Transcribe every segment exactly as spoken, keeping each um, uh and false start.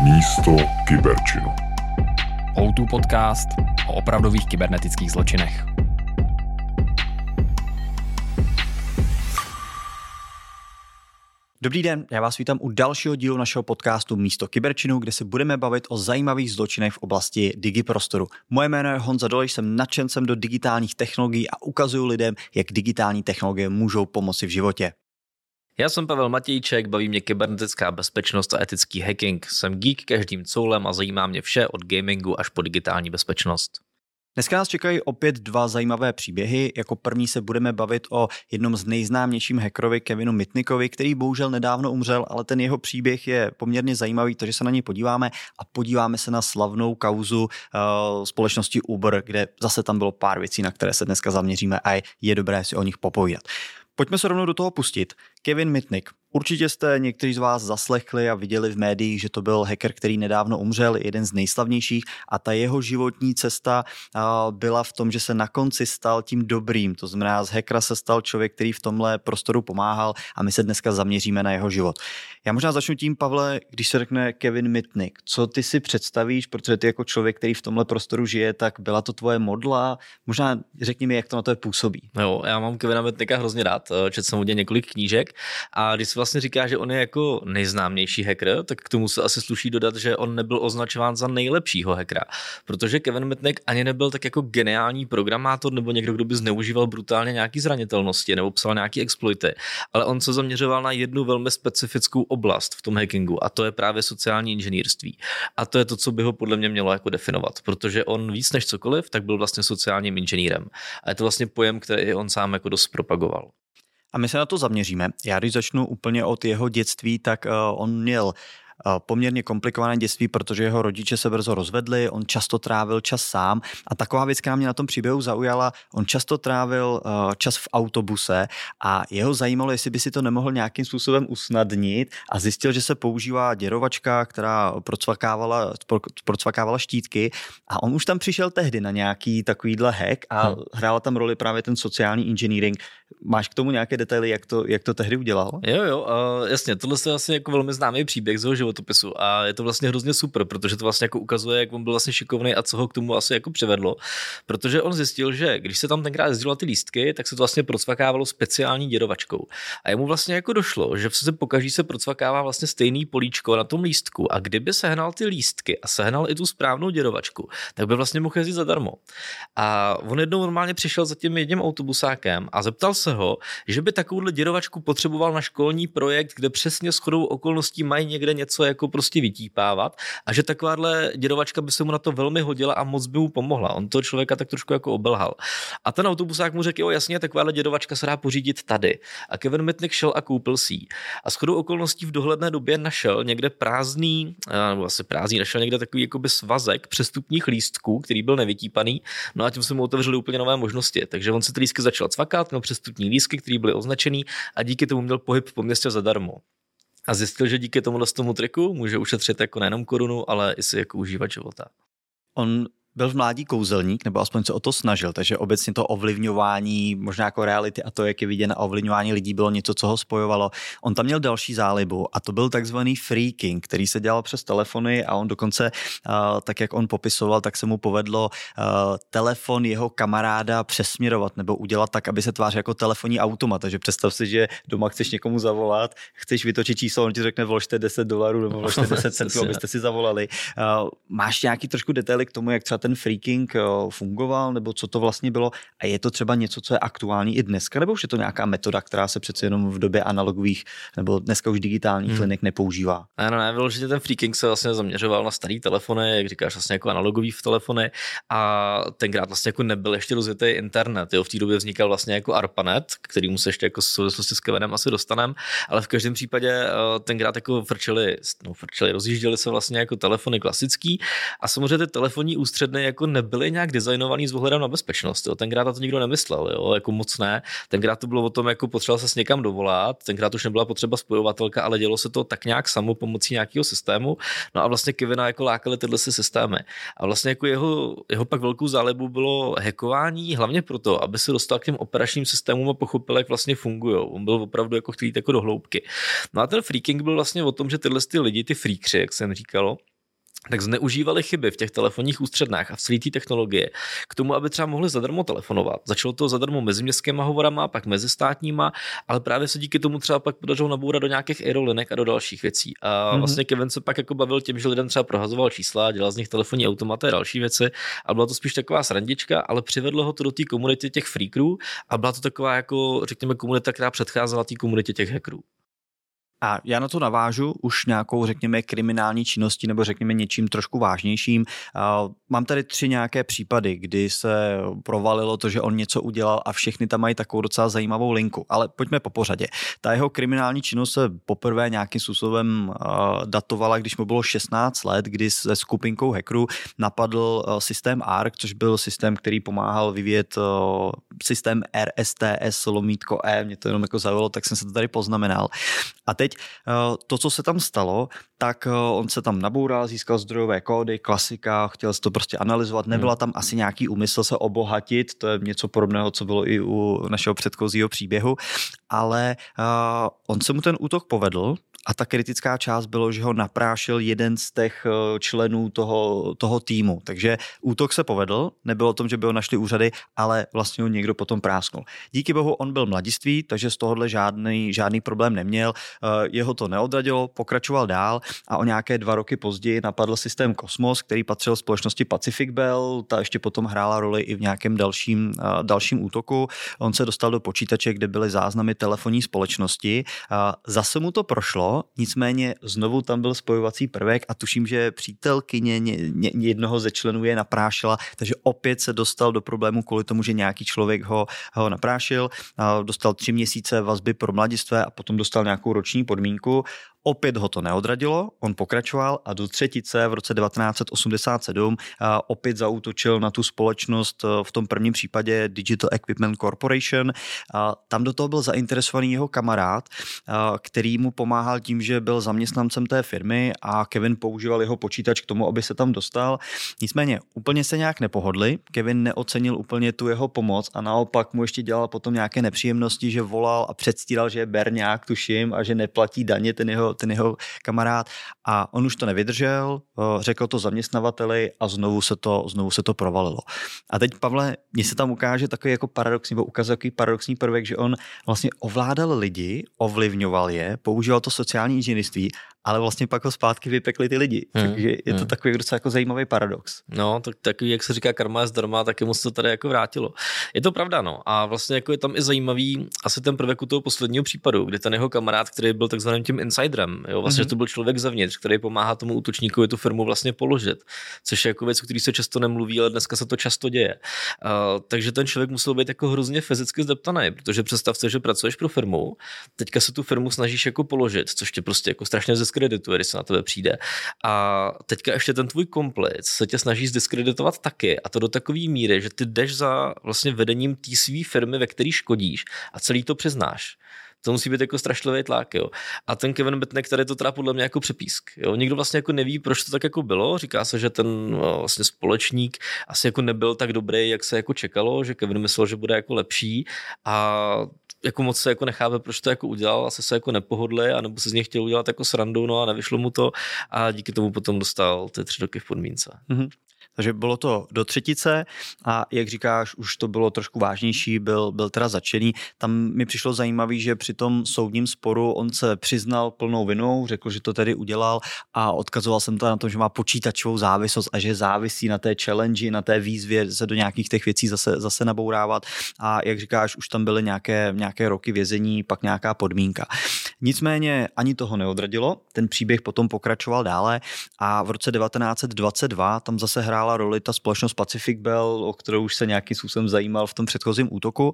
Místo kyberčinu. ó dva podcast o opravdových kybernetických zločinech. Dobrý den, já vás vítám u dalšího dílu našeho podcastu Místo kyberčinu, kde se budeme bavit o zajímavých zločinech v oblasti digiprostoru. Moje jméno je Honza Dolejš, jsem nadšencem do digitálních technologií a ukazuju lidem, jak digitální technologie můžou pomoci v životě. Já jsem Pavel Matějček, baví mě kybernetická bezpečnost a etický hacking. Jsem geek každým coulem a zajímá mě vše od gamingu až po digitální bezpečnost. Dneska nás čekají opět dva zajímavé příběhy. Jako první se budeme bavit o jednom z nejznámějším hackerovi Kevinu Mitnickovi, který bohužel nedávno umřel, ale ten jeho příběh je poměrně zajímavý, takže se na něj podíváme a podíváme se na slavnou kauzu uh, společnosti Uber, kde zase tam bylo pár věcí, na které se dneska zaměříme a je dobré si o nich popovídat. Pojďme se rovnou do toho pustit. Kevin Mitnick. Určitě jste někteří z vás zaslechli a viděli v médiích, že to byl hacker, který nedávno umřel, jeden z nejslavnějších a ta jeho životní cesta byla v tom, že se na konci stal tím dobrým. To znamená, z hackera se stal člověk, který v tomhle prostoru pomáhal a my se dneska zaměříme na jeho život. Já možná začnu tím, Pavle, když se řekne Kevin Mitnick. Co ty si představíš, protože ty jako člověk, který v tomhle prostoru žije, tak byla to tvoje modla? Možná řekni mi, jak to na to působí. Jo, já mám Kevina Mitnicka hrozně rád. Četl jsem u něj několik knížek a když se vlastně říká, že on je jako nejznámější hacker, tak k tomu se asi sluší dodat, že on nebyl označován za nejlepšího hackera, protože Kevin Mitnick ani nebyl tak jako geniální programátor nebo někdo, kdo by zneužíval brutálně nějaký zranitelnosti nebo psal nějaký exploity, ale on se zaměřoval na jednu velmi specifickou oblast v tom hackingu a to je právě sociální inženýrství. A to je to, co by ho podle mě mělo jako definovat, protože on víc než cokoliv, tak byl vlastně sociálním inženýrem. A je to vlastně pojem, který on sám jako dost propagoval. A my se na to zaměříme. Já když začnu úplně od jeho dětství, tak uh, on měl poměrně komplikované dětství, protože jeho rodiče se brzo rozvedli, on často trávil čas sám a taková věc, která mě na tom příběhu zaujala, on často trávil uh, čas v autobuse a jeho zajímalo, jestli by si to nemohl nějakým způsobem usnadnit a zjistil, že se používá děrovačka, která procvakávala, procvakávala štítky a on už tam přišel tehdy na nějaký takovýhle hack a hmm. hrála tam roli právě ten sociální engineering. Máš k tomu nějaké detaily, jak to, jak to tehdy udělal? Jo, jo, uh, jasně, tohle je vlastně jako velmi známý příběh z jeho životopisu a je to vlastně hrozně super, protože to vlastně jako ukazuje, jak on byl vlastně šikovný a co ho k tomu asi jako přivedlo, protože on zjistil, že když se tam tenkrát jezdilo ty lístky, tak se to vlastně procvakávalo speciální děrovačkou a jemu vlastně jako došlo, že se pokaždé se procvakává vlastně stejný políčko na tom lístku a kdyby sehnal ty lístky a sehnal i tu správnou děrovačku, tak by vlastně mohl jezdit zadarmo. A on jednou normálně přišel za tím jedním autobusákem a zeptal se ho, že by takovouhle děrovačku potřeboval na školní projekt, kde přesně shodou okolností mají někde něco jako prostě vytípávat a že takováhle děrovačka by se mu na to velmi hodila a moc by mu pomohla. On toho člověka tak trošku jako obelhal. A ten autobusák mu řekl, jo jasně, takováhle děrovačka se dá pořídit tady. A Kevin Mitnick šel a koupil si ji. A shodou okolností v dohledné době našel někde prázdný, nebo asi prázdný, našel někde takový jakoby svazek přestupních lístků, který byl nevytípaný, no a tím se mu otevřely úplně nové možnosti. Takže on si ty lístky začal cvakat, měl přestupní lístky, které byly označený a díky tomu měl pohyb po městě zadarmo. A zjistil, že díky tomuhle tomu triku může ušetřit jako nejenom korunu, ale i si jako užívat života. On byl v mládí kouzelník, nebo aspoň se o to snažil, takže obecně to ovlivňování, možná jako reality a to, jak je vidět na ovlivňování lidí, bylo něco, co ho spojovalo. On tam měl další zálibu a to byl takzvaný phreaking, který se dělal přes telefony a on dokonce, uh, tak jak on popisoval, tak se mu povedlo uh, telefon jeho kamaráda přesměrovat nebo udělat tak, aby se tvářil jako telefonní automat. Takže představ si, že doma chceš někomu zavolat, chceš vytočit číslo, on ti řekne vložte deset dolarů nebo vložte deset centů, abyste si zavolali. Uh, máš nějaký trošku detaily k tomu, jak třeba ten phreaking fungoval, nebo co to vlastně bylo a je to třeba něco, co je aktuální i dneska, nebo už je to nějaká metoda, která se přece jenom v době analogových nebo dneska už digitálních hmm. linek nepoužívá? Ne, no ne, vyloženě ten phreaking se vlastně zaměřoval na starý telefony, jak říkáš, vlastně jako analogový v telefony a tenkrát vlastně jako nebyl ještě rozjetý internet, jo, v té době vznikal vlastně jako ARPANET, kterýmu se ještě jako v souvislosti s Kevinem asi dostaneme, ale v každém případě tenkrát jako frčeli, no frčeli, rozjížděli se vlastně jako telefony klasický a samozřejmě ty telefonní ústředny jako nebyly nějak designovaný s ohledem na bezpečnost. Jo. Tenkrát to nikdo nemyslel, jo, jako moc ne. Tenkrát to bylo o tom, jako potřeboval se s někam dovolat, tenkrát už nebyla potřeba spojovatelka, ale dělo se to tak nějak samo pomocí nějakého systému. No a vlastně Kevina jako lákaly tyhle systémy. A vlastně jako jeho, jeho pak velkou zálibu bylo hackování, hlavně proto, aby se dostal k těm operačním systémům a pochopil, jak vlastně fungují. On byl opravdu jako chtít jako do hloubky. No a ten phreaking byl vlastně o tom, že tyhle ty lidi, ty freakři, jak jsem říkalo, tak zneužívali chyby v těch telefonních ústřednách a v celé té technologie k tomu, aby třeba mohli zadarmo telefonovat. Začalo to zadarmo meziměstskýma hovorama, pak mezistátníma, ale právě se díky tomu třeba pak podařilo nabourat do nějakých aerolinek a do dalších věcí. A mm-hmm. vlastně Kevin se pak jako bavil tím, že lidem třeba prohazoval čísla, dělal z nich telefonní automaty a další věci, a byla to spíš taková srandička, ale přivedlo ho to do té komunity těch freakrů a byla to taková jako, řekněme, komunita, která předcházela té komunitě těch hackerů. A já na to navážu už nějakou, řekněme, kriminální činností nebo řekněme něčím trošku vážnějším. Mám tady tři nějaké případy, kdy se provalilo to, že on něco udělal a všechny tam mají takovou docela zajímavou linku. Ale pojďme po pořadě. Ta jeho kriminální činnost se poprvé nějakým způsobem datovala, když mu bylo šestnáct let, kdy se skupinkou hackerů napadl systém A R K, což byl systém, který pomáhal vyvíjet systém R S T S lomítko E. Mě to jenom jako zaujalo, tak jsem se to tady poznamenal. A teď to, co se tam stalo, tak on se tam naboural, získal zdrojové kódy, klasika, chtěl se to prostě analyzovat, nebyla tam asi nějaký úmysl se obohatit, to je něco podobného, co bylo i u našeho předchozího příběhu, ale uh, on se mu ten útok povedl. A ta kritická část bylo, že ho naprášil jeden z těch členů toho, toho týmu. Takže útok se povedl, nebylo o tom, že by ho našli úřady, ale vlastně ho někdo potom prásknul. Díky bohu on byl mladiství, takže z tohohle žádný, žádný problém neměl. Jeho to neodradilo, pokračoval dál a o nějaké dva roky později napadl systém Cosmos, který patřil společnosti Pacific Bell. Ta ještě potom hrála roli i v nějakém dalším, dalším útoku. On se dostal do počítače, kde byly záznamy telefonní společnosti. Zase mu to prošlo, nicméně znovu tam byl spojovací prvek a tuším, že přítelkyně ně, ně, jednoho ze členů je naprášila, takže opět se dostal do problému kvůli tomu, že nějaký člověk ho, ho naprášil, dostal tři měsíce vazby pro mladistvé a potom dostal nějakou roční podmínku. Opět ho to neodradilo, on pokračoval a do třetice v roce devatenáct set osmdesát sedm opět zaútočil na tu společnost, v tom prvním případě Digital Equipment Corporation. Tam do toho byl zainteresovaný jeho kamarád, který mu pomáhal tím, že byl zaměstnancem té firmy a Kevin používal jeho počítač k tomu, aby se tam dostal. Nicméně úplně se nějak nepohodli, Kevin neocenil úplně tu jeho pomoc a naopak mu ještě dělal potom nějaké nepříjemnosti, že volal a předstíral, že je berňák, tuším, a že neplatí daně ten jeho ten jeho kamarád a on už to nevydržel, řekl to zaměstnavateli a znovu se to, znovu se to provalilo. A teď, Pavle, mně se tam ukáže takový jako paradoxní, nebo ukazuje takový paradoxní prvek, že on vlastně ovládal lidi, ovlivňoval je, používal to sociální inženýrství, ale vlastně pak ho zpátky vypekli ty lidi. Hmm, Takže je to hmm. takový docela jako zajímavý paradox. No, tak takový, jak se říká, karma je zdarma, taky mu se to tady jako vrátilo. Je to pravda, no. A vlastně jako je tam i zajímavý asi ten prvek u toho posledního případu, kdy ten jeho kamarád, který byl takzvaným tím insiderem, jo, vlastně hmm. to byl člověk zevnitř, který pomáhá tomu útočníkovi tu firmu vlastně položit, což je jako věc, o který se často nemluví, ale dneska se to často děje. Uh, takže ten člověk musel být jako hrozně fyzicky zdeptaný, protože představ si, že pracuješ pro firmu, teďka se tu firmu snažíš jako položit, což tě prostě jako strašně zdiskredituje, když se na tebe přijde. A teďka ještě ten tvůj komplic se tě snaží zdiskreditovat taky, a to do takové míry, že ty jdeš za vlastně vedením té své firmy, ve který škodíš a celý to přiznáš. To musí být jako strašlivý tlak, jo. A ten Kevin Mitnick tady to teda podle mě jako přepísk, jo. Nikdo vlastně jako neví, proč to tak jako bylo. Říká se, že ten no, vlastně společník asi jako nebyl tak dobrý, jak se jako čekalo, že Kevin myslel, že bude jako lepší a jako moc se jako nechápe, proč to jako udělal, asi se jako nepohodli, anebo se z něj chtěl udělat jako srandu, no a nevyšlo mu to a díky tomu potom dostal ty tři roky v podmínce. Mm-hmm. Takže bylo to do třetice a jak říkáš, už to bylo trošku vážnější, byl, byl teda začený. Tam mi přišlo zajímavý, že při tom soudním sporu on se přiznal plnou vinou, řekl, že to tedy udělal a odkazoval jsem to na to, že má počítačovou závislost a že závisí na té challenge, na té výzvě se do nějakých těch věcí zase, zase nabourávat a jak říkáš, už tam byly nějaké, nějaké roky vězení, pak nějaká podmínka. Nicméně ani toho neodradilo, ten příběh potom pokračoval dále a v roce devatenáct set dvacet dva tam zase hrála roli ta společnost Pacific Bell, o kterou už se nějakým způsobem zajímal v tom předchozím útoku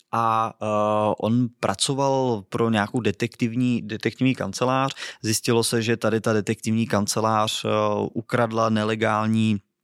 a uh, on pracoval pro nějakou detektivní, detektivní kancelář. Zjistilo se, že tady ta detektivní kancelář uh, ukradla nelegální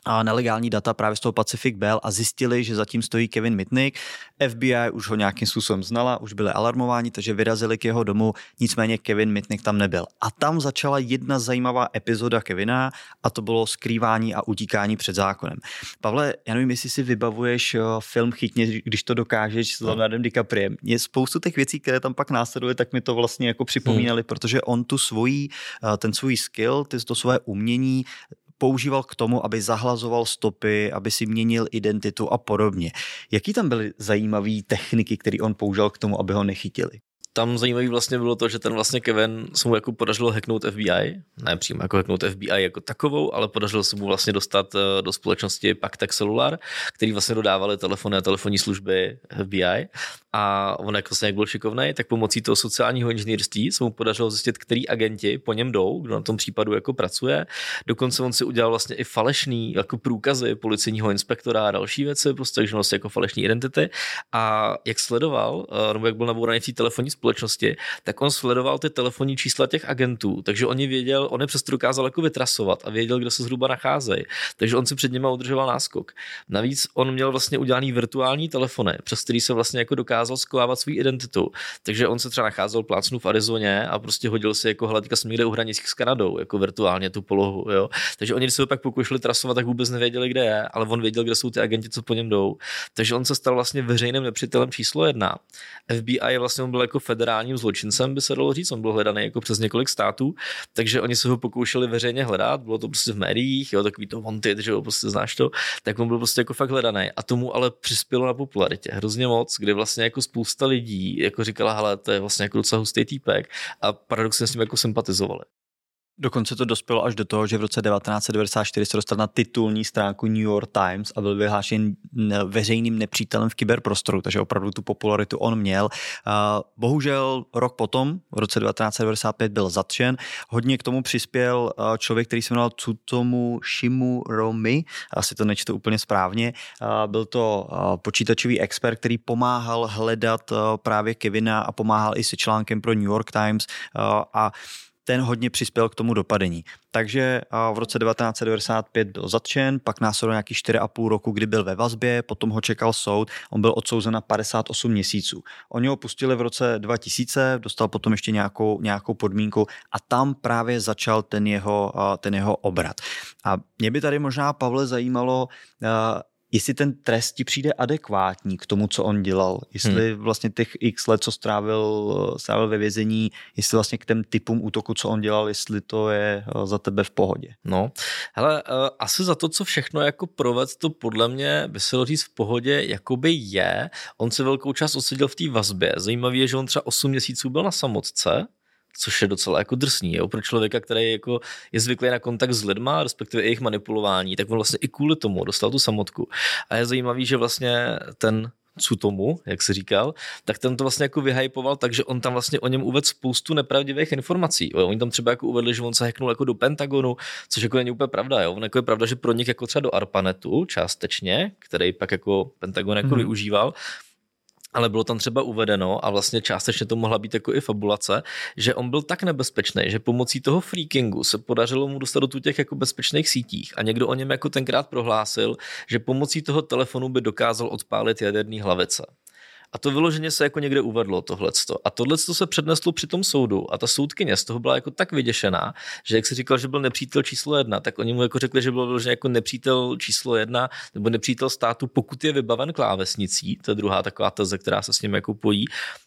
nelegální data právě z toho Pacific Bell a zjistili, že zatím stojí Kevin Mitnick. F B I už ho nějakým způsobem znala, už byli alarmováni, takže vyrazili k jeho domu, nicméně Kevin Mitnick tam nebyl. A tam začala jedna zajímavá epizoda Kevina a to bylo skrývání a utíkání před zákonem. Pavle, já nevím, jestli si vybavuješ film Chytně, když to dokážeš s Leonardem DiCapriem. Je spoustu těch věcí, které tam pak následuje, tak mi to vlastně jako připomínali, hmm. protože on tu svojí, ten svůj skill, to svoje umění používal k tomu, aby zahlazoval stopy, aby si měnil identitu a podobně. Jaký tam byly zajímavé techniky, které on použil k tomu, aby ho nechytili? Tam zajímavý vlastně bylo to, že ten vlastně Kevin se mu jako podařilo hacknout F B I, ne přímo jako hacknout F B I jako takovou, ale podařilo se mu vlastně dostat do společnosti Pactec Cellular, který vlastně dodávali telefony a telefonní služby F B I a on jako se jak byl šikovnej, tak pomocí toho sociálního inženýrství se mu podařilo zjistit, který agenti po něm jdou, kdo na tom případu jako pracuje. Dokonce on si udělal vlastně i falešný jako průkazy policejního inspektora a další věci, prostě takže vlastně jako falešní identity a jak sledoval, nebo jak byl nabouraný v té telefonní společnosti, tak on sledoval ty telefonní čísla těch agentů, takže oni věděl, on je přesto dokázal jako vytrasovat a věděl, kde se zhruba nacházejí. Takže on si před nimi udržoval náskok. Navíc on měl vlastně udělaný virtuální telefony, přes který se vlastně jako dokázal schovávat svou identitu. Takže on se třeba nacházel plácnu v Arizoně a prostě hodil si jako hele, teďka jsem někde u hranic s Kanadou, jako virtuálně tu polohu, jo. Takže oni, když se ho pak pokoušeli trasovat, tak vůbec nevěděli, kde je, ale on věděl, kde jsou ty agenti, co po něm jdou. Takže on se stal vlastně veřejným nepřítelem číslo jedna. F B I vlastně on byl jako federálním zločincem, by se dalo říct, on byl hledaný jako přes několik států, takže oni se ho pokoušeli veřejně hledat, bylo to prostě v médiích, jo, takový to wanted, že jo, prostě znáš to, tak on byl prostě jako fakt hledaný a tomu ale přispělo na popularitě hrozně moc, kdy vlastně jako spousta lidí jako říkala, hele, to je vlastně jako docela hustý týpek a paradoxně s ním jako sympatizovali. Dokonce to dospělo až do toho, že v roce devatenáct set devadesát čtyři se dostal na titulní stránku New York Times a byl vyhlášen veřejným nepřítelem v kyberprostoru, takže opravdu tu popularitu on měl. Bohužel rok potom, v roce devatenáct set devadesát pět, byl zatčen. Hodně k tomu přispěl člověk, který se jmenoval Tsutomu Shimuromi, asi to nečtu úplně správně. Byl to počítačový expert, který pomáhal hledat právě Kevina a pomáhal i se článkem pro New York Times a ten hodně přispěl k tomu dopadení. Takže v roce devatenáct set devadesát pět byl zatčen, pak následovalo nějaký čtyři a půl roku, kdy byl ve vazbě, potom ho čekal soud, on byl odsouzen na padesát osm měsíců. Oni ho pustili v roce dva tisíce, dostal potom ještě nějakou, nějakou podmínku a tam právě začal ten jeho, ten jeho obrat. A mě by tady možná, Pavle, zajímalo, jestli ten trest ti přijde adekvátní k tomu, co on dělal. Jestli hmm. vlastně těch x let, co strávil, strávil ve vězení, jestli vlastně k těm typům útoku, co on dělal, jestli to je za tebe v pohodě. No, hele, uh, asi za to, co všechno jako proved, to podle mě by se říct v pohodě, jakoby je. On se velkou část odseděl v té vazbě. Zajímavé je, že on třeba osm měsíců byl na samotce, což je docela jako drsný. Jo? Pro člověka, který jako je zvyklý na kontakt s lidma, respektive jejich manipulování, tak on vlastně i kvůli tomu dostal tu samotku. A je zajímavý, že vlastně ten Tsutomu, jak se říkal, tak ten to vlastně jako vyhypoval, takže on tam vlastně o něm uvedl spoustu nepravdivých informací. Jo? Oni tam třeba jako uvedli, že on se hacknul jako do Pentagonu, což jako není úplně pravda. Jo? On jako je pravda, že pronik jako třeba do ARPANETu částečně, který pak jako Pentagon jako mm-hmm. využíval, ale bylo tam třeba uvedeno a vlastně částečně to mohla být jako i fabulace, že on byl tak nebezpečný, že pomocí toho freakingu se podařilo mu dostat do tu těch jako bezpečných sítích a někdo o něm jako tenkrát prohlásil, že pomocí toho telefonu by dokázal odpálit jaderný hlavice. A to vyloženě se jako někde uvedlo tohleto. A tohleto se předneslo při tom soudu a ta soudkyně z toho byla jako tak vyděšená, že jak si říkal, že byl nepřítel číslo jedna, tak oni mu jako řekli, že byl vyloženě jako nepřítel číslo jedna nebo nepřítel státu, pokud je vybaven klávesnicí. To je druhá taková teze, která se s ním jako pojí.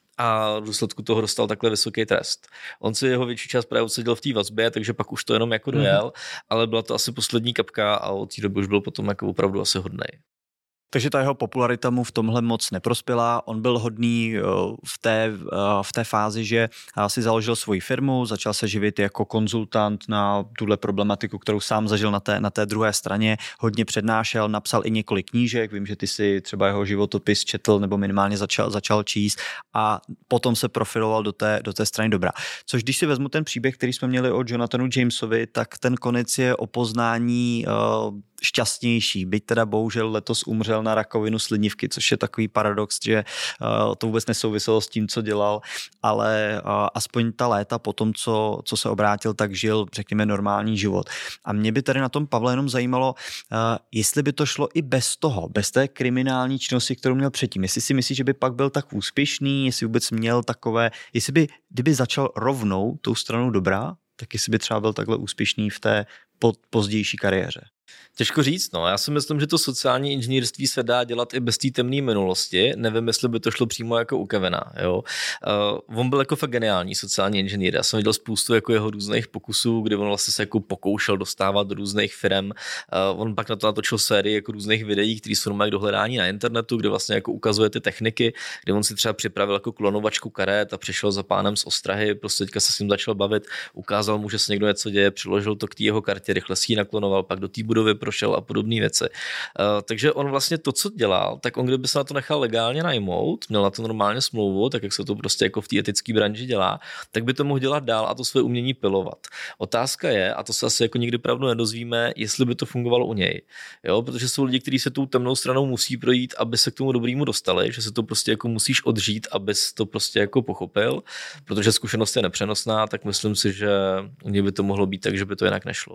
A v důsledku toho dostal takhle vysoký trest. On si jeho větší čas právě odseděl v té vazbě, takže pak už to jenom jako dojel, mm. ale byla to asi poslední kapka a od té doby už byl potom jako opravdu asi hodnej. Takže ta jeho popularita mu v tomhle moc neprospěla. On byl hodný v té, v té fázi, že si založil svoji firmu, začal se živit jako konzultant na tuhle problematiku, kterou sám zažil na té, na té druhé straně. Hodně přednášel, napsal i několik knížek. Vím, že ty si třeba jeho životopis četl nebo minimálně začal, začal číst a potom se profiloval do té, do té strany dobra. Což když si vezmu ten příběh, který jsme měli o Jonathanu Jamesovi, tak ten konec je o poznání šťastnější, byť teda bohužel letos umřel na rakovinu slinivky, což je takový paradox, že uh, to vůbec nesouviselo s tím, co dělal, ale uh, aspoň ta léta po tom, co, co se obrátil, tak žil, řekněme, normální život. A mě by tady na tom, Pavle, jenom zajímalo, uh, jestli by to šlo i bez toho, bez té kriminální činnosti, kterou měl předtím. Jestli si myslíš, že by pak byl tak úspěšný, jestli vůbec měl takové, jestli by, kdyby začal rovnou tou stranou dobrá, tak jestli by třeba byl takhle úspěšný v té pozdější kariéře. Těžko říct, no. Já si myslím, že to sociální inženýrství se dá dělat i bez té temné minulosti. Nevím, jestli by to šlo přímo jako u Kevina, jo. Uh, on byl jako fakt geniální sociální inženýr. Já jsem viděl spoustu jako jeho různých pokusů, kdy on vlastně se jako pokoušel dostávat do různých firem. Uh, on pak na to natočil sérii jako různých videí, které jsou normálně k dohledání na internetu, kde vlastně jako ukazuje ty techniky, kde on si třeba připravil jako klonovačku karet a přišel za pánem z ostrahy, prostě teďka se s ním začal bavit, ukázal mu, že se někdo něco děje, přiložil to k té jeho kartě, rychle si ji naklonoval, pak do té budovy prošel a podobné věci. Uh, takže on vlastně to, co dělal, tak on kdyby se na to nechal legálně najmout, měl na to normálně smlouvu, tak jak se to prostě jako v té etické branži dělá, tak by to mohl dělat dál a to své umění pilovat. Otázka je, a to se asi jako nikdy pravdu nedozvíme, jestli by to fungovalo u něj. Jo, protože jsou lidi, kteří se tou temnou stranou musí projít, aby se k tomu dobrýmu dostali, že se to prostě jako musíš odžít, abys to prostě jako pochopil, protože zkušenost je nepřenosná, tak myslím si, že u něj by to mohlo být tak, že by to jinak nešlo.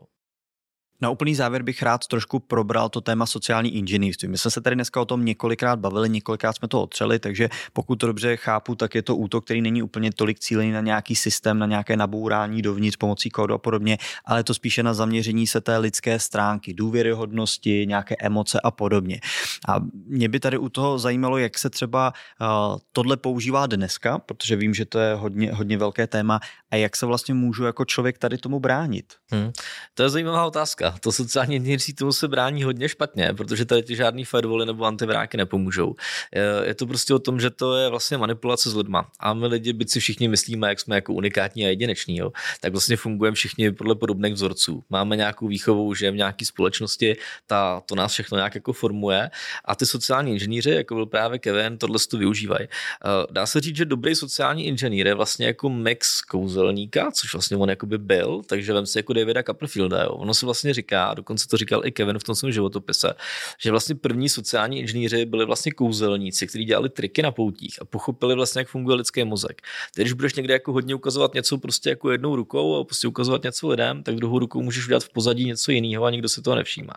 Na úplný závěr bych rád trošku probral to téma sociální inženýrství. My jsme se tady dneska o tom několikrát bavili, několikrát jsme to otřeli, takže pokud to dobře chápu, tak je to útok, který není úplně tolik cílený na nějaký systém, na nějaké nabourání dovnitř pomocí kódu a podobně, ale to spíše na zaměření se té lidské stránky, důvěryhodnosti, nějaké emoce a podobně. A mě by tady u toho zajímalo, jak se třeba uh, tohle používá dneska, protože vím, že to je hodně, hodně velké téma, a jak se vlastně můžu jako člověk tady tomu bránit. Hmm. To je zajímavá otázka. To sociální inženýrství tomu se brání hodně špatně, protože tady ty žádný firewally nebo antivráky nepomůžou. Je to prostě o tom, že to je vlastně manipulace s lidma. A my lidi, byť si všichni myslíme, jak jsme jako unikátní a jedineční, jo, tak vlastně fungujeme všichni podle podobných vzorců. Máme nějakou výchovu, že v nějaké společnosti, ta, to nás všechno nějak jako formuje a ty sociální inženýři, jako byl právě Kevin, tohle to využívají. Dá se říct, že dobrý sociální inženýr je vlastně jako mix kouzelníka, což vlastně on jakoby byl, takže vem si jako Davida Copperfielda, jo. Ono se vlastně říká, dokonce to říkal i Kevin v tom svém životopise, že vlastně první sociální inženýři byli vlastně kouzelníci, kteří dělali triky na poutích a pochopili vlastně, jak funguje lidský mozek. Teď, když budeš někde jako hodně ukazovat něco prostě jako jednou rukou a prostě ukazovat něco lidem, tak druhou rukou můžeš udělat v pozadí něco jiného a nikdo si toho nevšímá.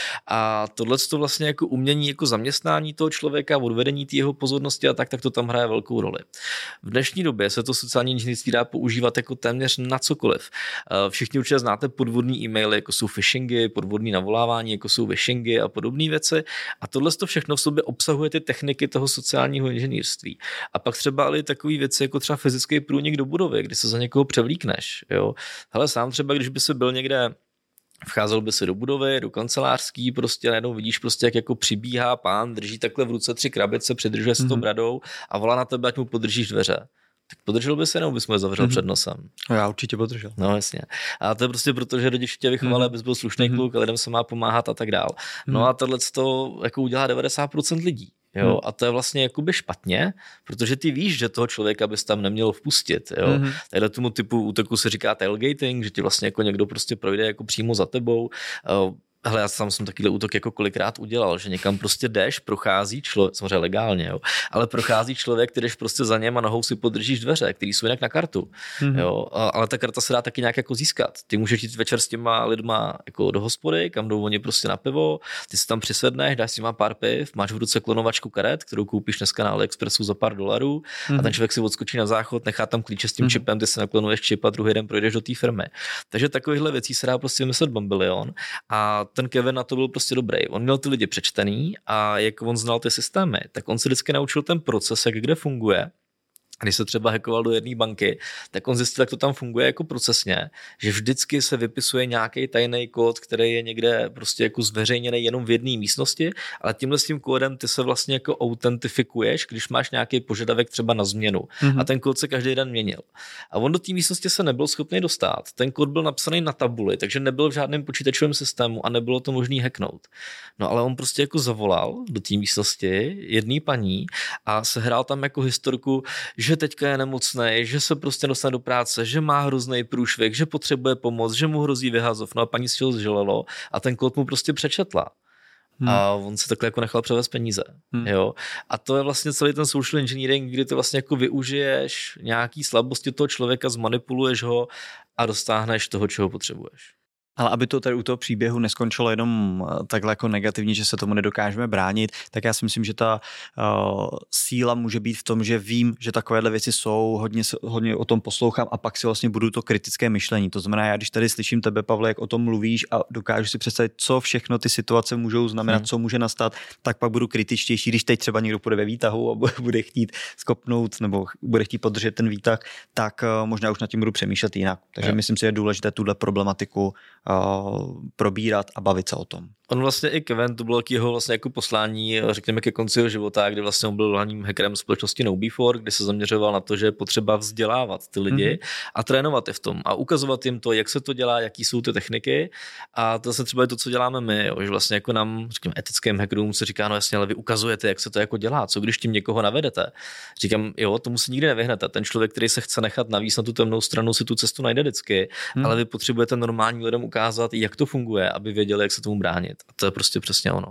A tohle to vlastně jako umění jako zaměstnání toho člověka, odvedení té jeho pozornosti a tak, tak to tam hraje velkou roli. V dnešní době se to sociální inženýrství dá používat jako téměř na cokoliv. Všichni určitě znáte podvodní e-maily, jako jsou phishingy, podvodní navolávání, jako jsou vishingy a podobné věci. A tohle to všechno v sobě obsahuje ty techniky toho sociálního inženýrství. A pak třeba ale takové věci, jako třeba fyzický průnik do budovy, kdy se za někoho převlíkneš. Jo. Hele, sám třeba, když by se byl někde, vcházel by se do budovy, do kancelářský, prostě najednou vidíš prostě, jak jako přibíhá pán, drží takhle v ruce tři krabice, přidržuje se mm-hmm. to bradou a volá na tebe, ať mu podržíš dveře. Tak podržel by se, nebo bys mu je zavřel mm-hmm. před nosem? No, já určitě podržel. No jasně. A to je prostě proto, že rodiče tě vychovali, mm-hmm. abys byl slušný mm-hmm. kluk a lidem se má pomáhat a tak dál. No mm-hmm. a tohle to jako udělá devadesát procent lidí. Jo? Hmm. A to je vlastně jakoby špatně, protože ty víš, že toho člověka bys tam neměl vpustit. Jo? Hmm. Tadyhle tomu typu útoku se říká tailgating, že ti vlastně jako někdo prostě projde jako přímo za tebou. Hele, já sám jsem takovýhle útok jako kolikrát udělal, že někam prostě jdeš, prochází člověk, samozřejmě legálně, jo, ale prochází člověk, který jdeš prostě za něm a nohou si podržíš dveře, který jsou jinak na kartu, mm-hmm. jo, a, ale ta karta se dá taky nějak jako získat. Ty můžeš jít večer s těma lidma jako do hospody, kam jdou oni prostě na pivo, ty si tam přisedneš, dáš si má pár piv, máš v ruce klonovačku karet, kterou koupíš dneska na AliExpressu za pár dolarů mm-hmm. a ten člověk si odskočí na záchod, nechá tam klíče s tím mm-hmm. čipem, ty se naklonuješ čip a druhý den projdeš do té firmy. Takže takovýchhle věcí se dá prostě vymyslet bambilion a ten Kevin na to byl prostě dobrý. On měl ty lidi přečtený a jak on znal ty systémy, tak on se vždycky naučil ten proces, jak kde funguje. Když se třeba hackoval do jedné banky, tak on zjistil, jak to tam funguje jako procesně, že vždycky se vypisuje nějaký tajný kód, který je někde prostě jako zveřejněný jenom v jedné místnosti, ale tímhle s tím kódem ty se vlastně jako autentifikuješ, když máš nějaký požadavek třeba na změnu. Mm-hmm. A ten kód se každý den měnil. A on do té místnosti se nebyl schopný dostat. Ten kód byl napsaný na tabuli, takže nebyl v žádném počítačovém systému a nebylo to možné hacknout. No ale on prostě jako zavolal do té místnosti jedné paní a sehrál tam jako historku, že teďka je nemocný, že se prostě dostane do práce, že má hrozný průšvih, že potřebuje pomoc, že mu hrozí vyhazov. No a paní si ho zželelo a ten kód mu prostě přečetla. Hmm. A on se takhle jako nechal převést peníze. Hmm. Jo? A to je vlastně celý ten social engineering, kdy ty vlastně jako využiješ nějaký slabosti toho člověka, zmanipuluješ ho a dostáhneš toho, čeho potřebuješ. Ale aby to tady u toho příběhu neskončilo jenom takhle jako negativně, že se tomu nedokážeme bránit, tak já si myslím, že ta uh, síla může být v tom, že vím, že takovéhle věci jsou, hodně, hodně o tom poslouchám a pak si vlastně budu to kritické myšlení. To znamená, já když tady slyším tebe, Pavle, jak o tom mluvíš a dokážu si představit, co všechno ty situace můžou znamenat, hmm. co může nastat, tak pak budu kritičtější, když teď třeba někdo půjde ve výtahu a bude chtít skopnout nebo bude chtít podržet ten výtah, tak uh, možná už nad tím budu přemýšlet jinak. Takže hmm. myslím si, že je důležité tuhle problematiku probírat a bavit se o tom. On vlastně i Kevin, to bylo jeho vlastně jako poslání, řekněme ke konci jeho života, kdy vlastně on byl hlavním hackerem společnosti No Before, kdy se zaměřoval na to, že je potřeba vzdělávat ty lidi mm-hmm. a trénovat je v tom a ukazovat jim to, jak se to dělá, jaký jsou ty techniky a to se třeba je to, co děláme my, jo, že vlastně jako nám, řekněme, etickým hackerům se říká, no jasně, ale vy ukazujete, jak se to jako dělá, co když tím někoho navedete. Říkám, jo, tomu se nikdy nevyhnete. Ten člověk, který se chce nechat navíc na tu temnou stranu, si tu cestu najde vždycky, mm. ale vy potřebujete normální lidem ukázat, jak to funguje, aby věděli, jak se tomu bránit. A to je prostě přesně ono.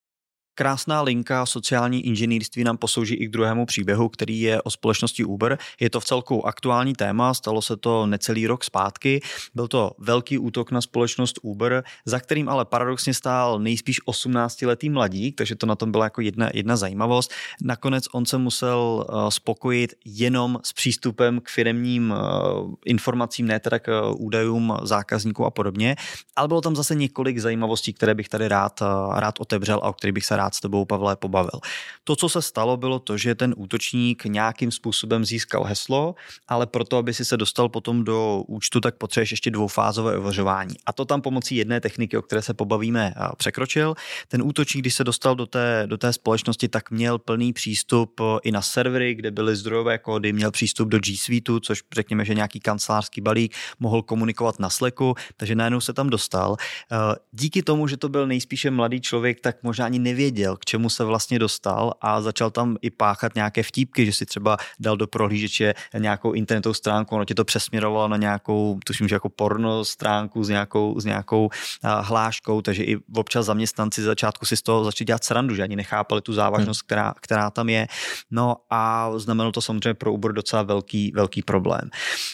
Krásná linka sociální inženýrství nám poslouží i k druhému příběhu, který je o společnosti Uber. Je to vcelku aktuální téma, stalo se to necelý rok zpátky. Byl to velký útok na společnost Uber, za kterým ale paradoxně stál nejspíš osmnáctiletý mladík, takže to na tom byla jako jedna, jedna zajímavost. Nakonec on se musel uh, spokojit jenom s přístupem k firemním uh, informacím, ne teda k uh, údajům zákazníků a podobně, ale bylo tam zase několik zajímavostí, které bych tady rád, uh, rád otevřel a o kterých bych se rád s tebou, Pavle, pobavil. To, co se stalo, bylo to, že ten útočník nějakým způsobem získal heslo, ale proto, aby si se dostal potom do účtu, tak potřebuješ ještě dvoufázové ověřování. A to tam pomocí jedné techniky, o které se pobavíme, překročil. Ten útočník, když se dostal do té, do té společnosti, tak měl plný přístup i na servery, kde byly zdrojové kódy, měl přístup do G Suiteu, což řekněme, že nějaký kancelářský balík, mohl komunikovat na Slacku, takže najednou se tam dostal. Díky tomu, že to byl nejspíše mladý člověk, tak možná ani nevěděl, k čemu se vlastně dostal a začal tam i páchat nějaké vtípky, že si třeba dal do prohlížeče nějakou internetovou stránku, ono tě to přesměrovalo na nějakou, tuším, že jako porno stránku s nějakou, s nějakou hláškou, takže i občas zaměstnanci z začátku si z toho začali dělat srandu, že ani nechápali tu závažnost, hmm. která, která tam je. No a znamenalo to samozřejmě pro Uber docela velký, velký problém.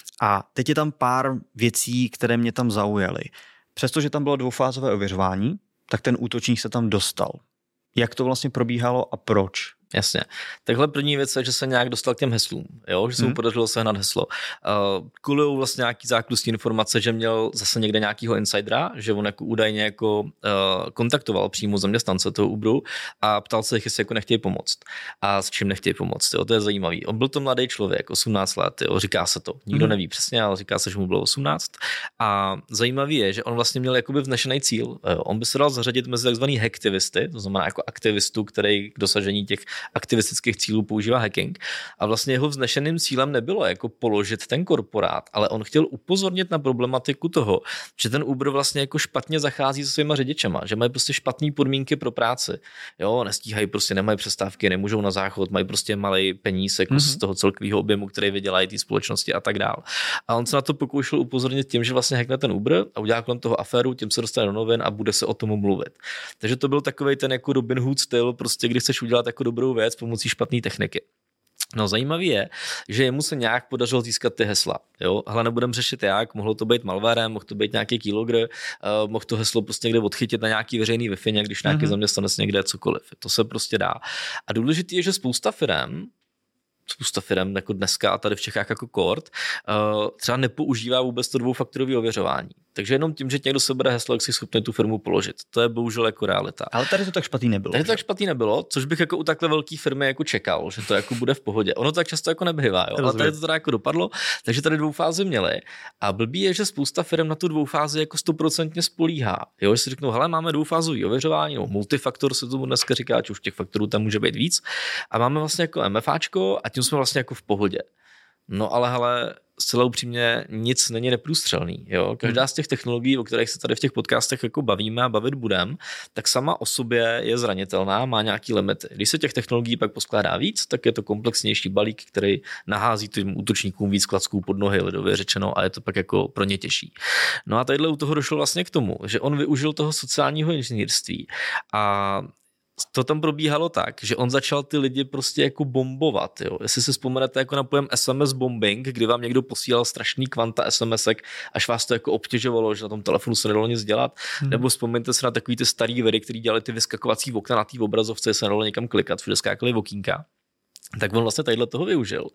A teď je tam pár věcí, které mě tam zaujaly. Přestože tam bylo dvoufázové ověřování, tak ten útočník se tam dostal. Jak to vlastně probíhalo a proč? Jasně. Takhle první věc je, že se nějak dostal k těm heslům, jo? Že se mu hmm. podařilo sehnat heslo. Uh, kulujou vlastně nějaký zákulisní informace, že měl zase někde nějakýho insidera, že on jako údajně jako uh, kontaktoval přímo zaměstnance toho Uberu a ptal se jich, jestli jako nechtějí pomoct. A s čím nechtějí pomoct, jo? To je zajímavý. On byl to mladý člověk, osmnáct let, jo? Říká se to. Nikdo hmm. neví přesně, ale říká se, že mu bylo osmnáct. A zajímavý je, že on vlastně měl jakoby vznešený cíl. Jo? On by se dal zařadit mezi takzvaný hacktivisty, to znamená jako aktivistů, který k dosažení těch aktivistických cílů používá hacking. A vlastně jeho vznešeným cílem nebylo jako položit ten korporát, ale on chtěl upozornit na problematiku toho, že ten Uber vlastně jako špatně zachází se svýma řidičema, že mají prostě špatné podmínky pro práci. Jo, nestíhají, prostě nemají přestávky, nemůžou na záchod, mají prostě malý peníz jako mm-hmm. z toho celkového objemu, který vydělají té společnosti a tak dál. A on se na to pokoušel upozornit tím, že vlastně hackne ten Uber a udělá kolem toho aféru, tím se dostane do novin a bude se o tom mluvit. Takže to byl takovej ten jako Robin Hood styl, prostě když chceš udělat jako dobrou věc pomocí špatné techniky. No zajímavý je, že jemu se nějak podařilo získat ty hesla. Jo? Hle, nebudem řešit jak, mohlo to být malwarem, mohl to být nějaký keylogger, uh, mohl to heslo prostě někde odchytit na nějaký veřejný Wi-Fi, když nějaký mm-hmm. zaměstnanec někde cokoliv. To se prostě dá. A důležitý je, že spousta firem, spousta firem jako dneska a tady v Čechách jako Kord, uh, třeba nepoužívá vůbec to dvoufaktorové ověřování. Takže jenom tím, že někdo se bere heslo, jak si schopný tu firmu položit. To je bohužel jako realita. Ale tady to tak špatný nebylo. Tady to tak špatný nebylo, což bych jako u takhle velké firmy jako čekal, že to jako bude v pohodě. Ono tak často jako nebývá, jo? Ale tady to teda jako dopadlo, takže tady dvoufázi měli. A blbý je, že spousta firm na tu dvoufázi jako stoprocentně spolíhá. Jo, že si řeknou, hele, máme dvoufázové ověřování, no, multifaktor se tomu dneska říká, či už těch faktorů tam může být víc. A máme vlastně jako MFAčko a tím jsme vlastně jako v pohodě. No ale hele, zcela upřímně nic není neprůstřelný. Jo? Každá z těch technologií, o kterých se tady v těch podcastech jako bavíme a bavit budem, tak sama o sobě je zranitelná, má nějaký limity. Když se těch technologií pak poskládá víc, tak je to komplexnější balík, který nahází tím útočníkům víc klacků pod nohy, lidově řečeno, a je to pak jako pro ně těžší. No a tadyhle u toho došlo vlastně k tomu, že on využil toho sociálního inženýrství a to tam probíhalo tak, že on začal ty lidi prostě jako bombovat. Jo. Jestli si vzpomenete jako na pojem es em es bombing, kdy vám někdo posílal strašný kvanta SMSek, až vás to jako obtěžovalo, že na tom telefonu se nedalo nic dělat, hmm. nebo vzpomeňte se na takový ty starý viry, který dělali ty vyskakovací okna na té obrazovce, se nedalo někam klikat, všude skákaly okýnka. Tak on vlastně tadyhle toho využil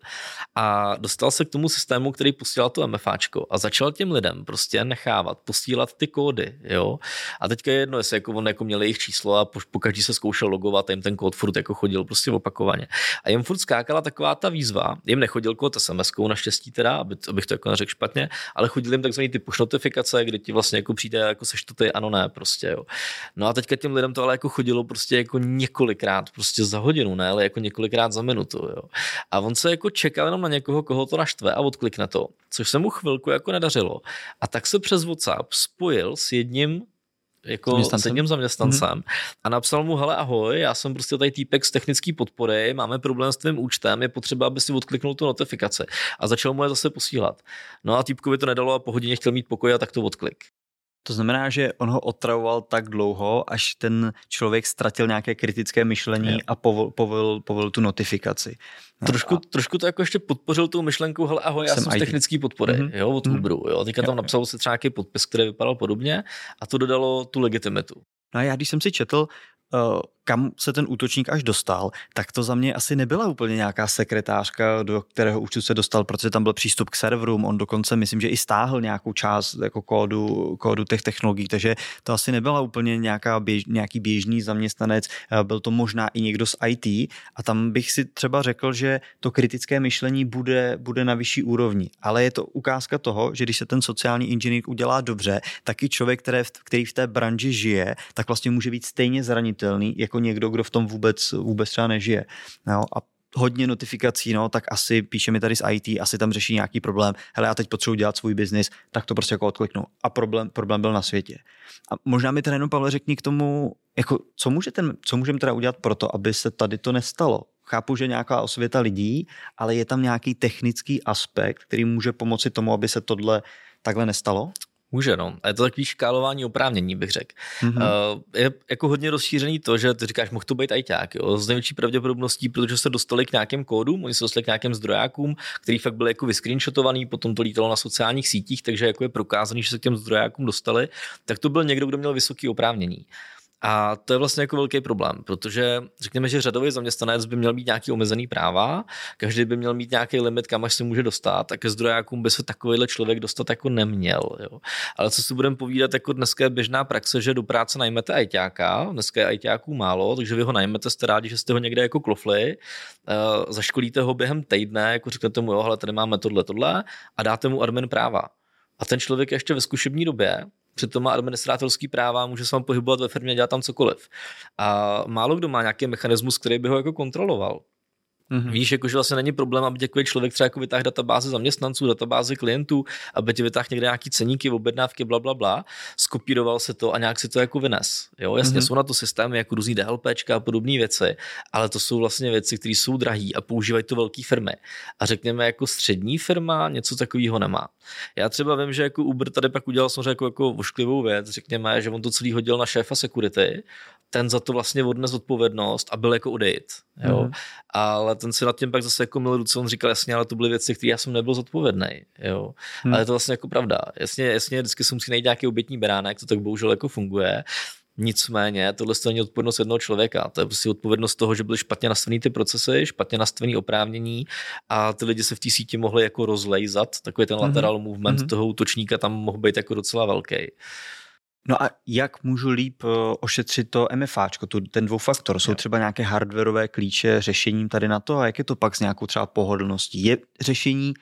a dostal se k tomu systému, který posílal to MFAčko a začal těm lidem prostě nechávat, posílat ty kódy, jo. A teďka je jedno, jestli jako on jako měl jejich číslo a pokaždý se zkoušel logovat a jim ten kód furt jako chodil prostě opakovaně. A jim furt skákala taková ta výzva, jim nechodil kód es em eskou naštěstí teda, aby, abych to jako neřekl špatně, ale chodil jim takzvaný ty push notifikace, kdy ti vlastně jako přijde jako seš to ty, ano ne, prostě, jo. No a teďka těm lidem to ale jako chodilo prostě jako několikrát, prostě za hodinu, ne, ale jako několikrát za minutu. To, jo. A on se jako čekal jenom na někoho, koho to naštve a odklikne to, což se mu chvilku jako nedařilo. A tak se přes WhatsApp spojil s jedním jako s jedním zaměstnancem mm-hmm. a napsal mu, hele ahoj, já jsem prostě tady týpek z technické podpory, máme problém s tvým účtem, je potřeba, aby si odkliknul tu notifikaci. A začal mu je zase posílat. No a týpkovi to nedalo a po hodině chtěl mít pokoj a tak to odklik. To znamená, že on ho otravoval tak dlouho, až ten člověk ztratil nějaké kritické myšlení je. a povol, povol, povol tu notifikaci. No trošku, a... trošku to jako ještě podpořil tou myšlenkou, hele ahoj, já jsem, jsem z technické podpory, mm-hmm. jo, od Uberu, mm-hmm. jo. Teďka tam napsal se třeba nějaký podpis, který vypadal podobně a to dodalo tu legitimitu. No a já když jsem si četl, uh, kam se ten útočník až dostal, tak to za mě asi nebyla úplně nějaká sekretářka, do kterého účtu se dostal, protože tam byl přístup k serverům, on dokonce myslím, že i stáhl nějakou část jako kódu, kódu těch technologií, takže to asi nebyla úplně nějaká běž, nějaký běžný zaměstnanec, byl to možná i někdo z í té a tam bych si třeba řekl, že to kritické myšlení bude, bude na vyšší úrovni, ale je to ukázka toho, že když se ten sociální inženýr udělá dobře, tak i člověk, který v, který v té branži žije, tak vlastně může být stejně zranitelný jako někdo, kdo v tom vůbec, vůbec třeba nežije. No, a hodně notifikací, no, tak asi píše mi tady z í té, asi tam řeší nějaký problém. Hele, já teď potřebuji dělat svůj biznis, tak to prostě jako odkliknu. A problém, problém byl na světě. A možná mi teda jenom, Pavle, řekni k tomu, jako, co, může ten, co můžeme teda udělat pro to, aby se tady to nestalo? Chápu, že nějaká osvěta lidí, ale je tam nějaký technický aspekt, který může pomoci tomu, aby se tohle takhle nestalo? Může, no. A je to takový škálování oprávnění, bych řekl. Mm-hmm. Uh, je jako hodně rozšířený to, že ty říkáš, mohl to být ajťák, jo, z největší pravděpodobností, protože se dostali k nějakým kódům, oni se dostali k nějakým zdrojákům, který fakt byly jako vyscreenshotovaný, potom to lítalo na sociálních sítích, takže jako je prokázaný, že se k těm zdrojákům dostali, tak to byl někdo, kdo měl vysoké oprávnění. A to je vlastně jako velký problém, protože řekněme, že řadový zaměstnanec by měl mít nějaký omezený práva, každý by měl mít nějaký limit, kam až se může dostat, a ke zdrojákům by se takovýhle člověk dostat jako neměl. Jo. Ale co si budeme povídat, jako dneska je běžná praxe, že do práce najmete ajťáka, dneska je ajťáků málo, takže vy ho najmete, jste rádi, že jste ho někde jako klofli, uh, zaškolíte ho během týdne, jako řeknete mu, jo, hele, tady máme tohle, tohle a dáte mu admin práva. A ten člověk ještě ve zkušební době přitom má administrátorský práva, může se vám pohybovat ve firmě, dělat tam cokoliv. A málo kdo má nějaký mechanismus, který by ho jako kontroloval. Mm-hmm. Víš, jako, že vlastně není problém, aby takový člověk třeba jako vytáhl databázi zaměstnanců, databázi klientů, aby ti vytáhl někde nějaký ceníky, objednávky, bla, bla, bla, skopíroval se to a nějak si to jako vynes. Jo, jasně, mm-hmm. jsou na to systémy jako různý DLPčka a podobné věci, ale to jsou vlastně věci, které jsou drahé a používají to velké firmy. A řekněme, jako střední firma něco takového nemá. Já třeba vím, že jako Uber tady pak udělal samozřejmě jako, jako ošklivou věc, řekněme, že on to celý hodil na šéfa security, ten za to vlastně odnes odpovědnost a byl jako odejít. Jo. Mm. Ale ten si nad tím pak zase jako mil ruce, on říkal, jasně, ale to byly věci, které já jsem nebyl zodpovědný. Jo. Mm. Ale je to vlastně jako pravda. Jasně, jasně, vždycky se musí najít nějaký obětní beránek, to tak bohužel jako funguje. Nicméně, tohle není odpovědnost jednoho člověka. To je prostě odpovědnost toho, že byly špatně nastavený ty procesy, špatně nastavený oprávnění a ty lidi se v té síti mohli jako rozlejzat. Takový ten lateral mm-hmm. movement mm-hmm. toho útočníka tam mohl být jako docela velký. No a jak můžu líp ošetřit to MFAčko, tu, ten dvoufaktor? Jsou třeba nějaké hardwareové klíče řešením tady na to a jak je to pak s nějakou třeba pohodlností? Je řešení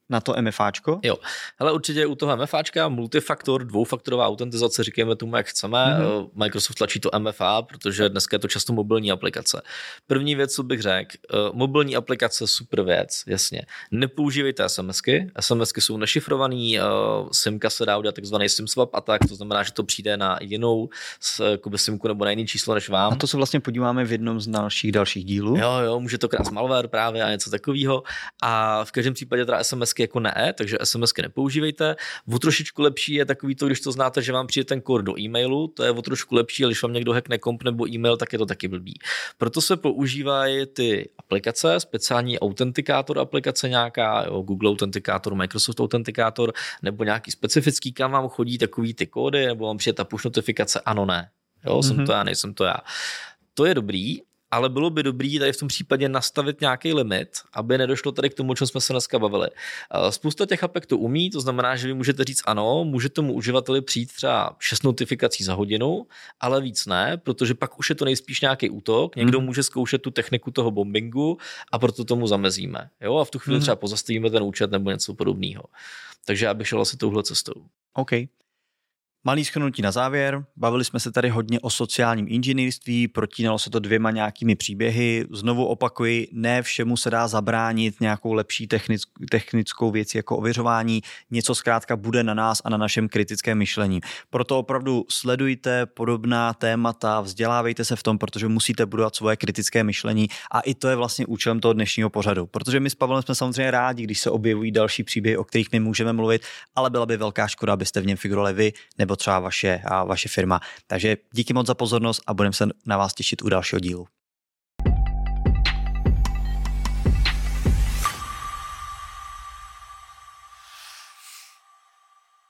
na to MFAčko? Jo, hele, určitě u toho MFAčka multifaktor, dvoufaktorová autentizace, říkáme tomu, jak chceme. Mm-hmm. Microsoft tlačí to M F A, protože dneska je to často mobilní aplikace. První věc, co bych řekl, mobilní aplikace, super věc, jasně. Nepoužívejte SMSky, SMSky jsou nešifrovaný, SIMka se dá udělat takzvaný SIM swap attack, to znamená, že to přijde na jinou jakoby SIMku nebo na jiný číslo než vám. A to se vlastně podíváme v jednom z dalších dalších dílů. Jo, jo, může to krást malware právě a něco takového. A v každém případě teda SMSky jako ne, takže SMSky nepoužívejte. O trošičku lepší je takový to, když to znáte, že vám přijde ten kód do e-mailu, to je o trošku lepší, ale když vám někdo hackne komp nebo e-mail, tak je to taky blbý. Proto se používají ty aplikace, speciální autentikátor aplikace nějaká, jo, Google autentikátor, Microsoft autentikátor, nebo nějaký specifický, kam vám chodí takový ty kódy, nebo vám přijde ta push notifikace, ano, ne. Jo, mm-hmm. jsem to já, nejsem to já. To je dobrý, ale bylo by dobrý tady v tom případě nastavit nějaký limit, aby nedošlo tady k tomu, o čem jsme se dneska bavili. Spousta těch apek to umí, to znamená, že vy můžete říct ano, může tomu uživateli přijít třeba šest notifikací za hodinu, ale víc ne, protože pak už je to nejspíš nějaký útok, někdo mm. může zkoušet tu techniku toho bombingu a proto tomu zamezíme. Jo? A v tu chvíli mm. třeba pozastavíme ten účet nebo něco podobného. Takže já bych šel asi touhle cestou. OK. Malý shrnutí na závěr. Bavili jsme se tady hodně o sociálním inženýrství, protínalo se to dvěma nějakými příběhy. Znovu opakuji, ne všemu se dá zabránit nějakou lepší technickou věcí jako ověřování. Něco zkrátka bude na nás a na našem kritickém myšlení. Proto opravdu sledujte podobná témata, vzdělávejte se v tom, protože musíte budovat svoje kritické myšlení a i to je vlastně účelem toho dnešního pořadu. Protože my s Pavlem jsme samozřejmě rádi, když se objevují další příběhy, o kterých my můžeme mluvit, ale byla by velká škoda, abyste v něm figurovali vy nebo třeba vaše, a vaše firma. Takže díky moc za pozornost a budeme se na vás těšit u dalšího dílu.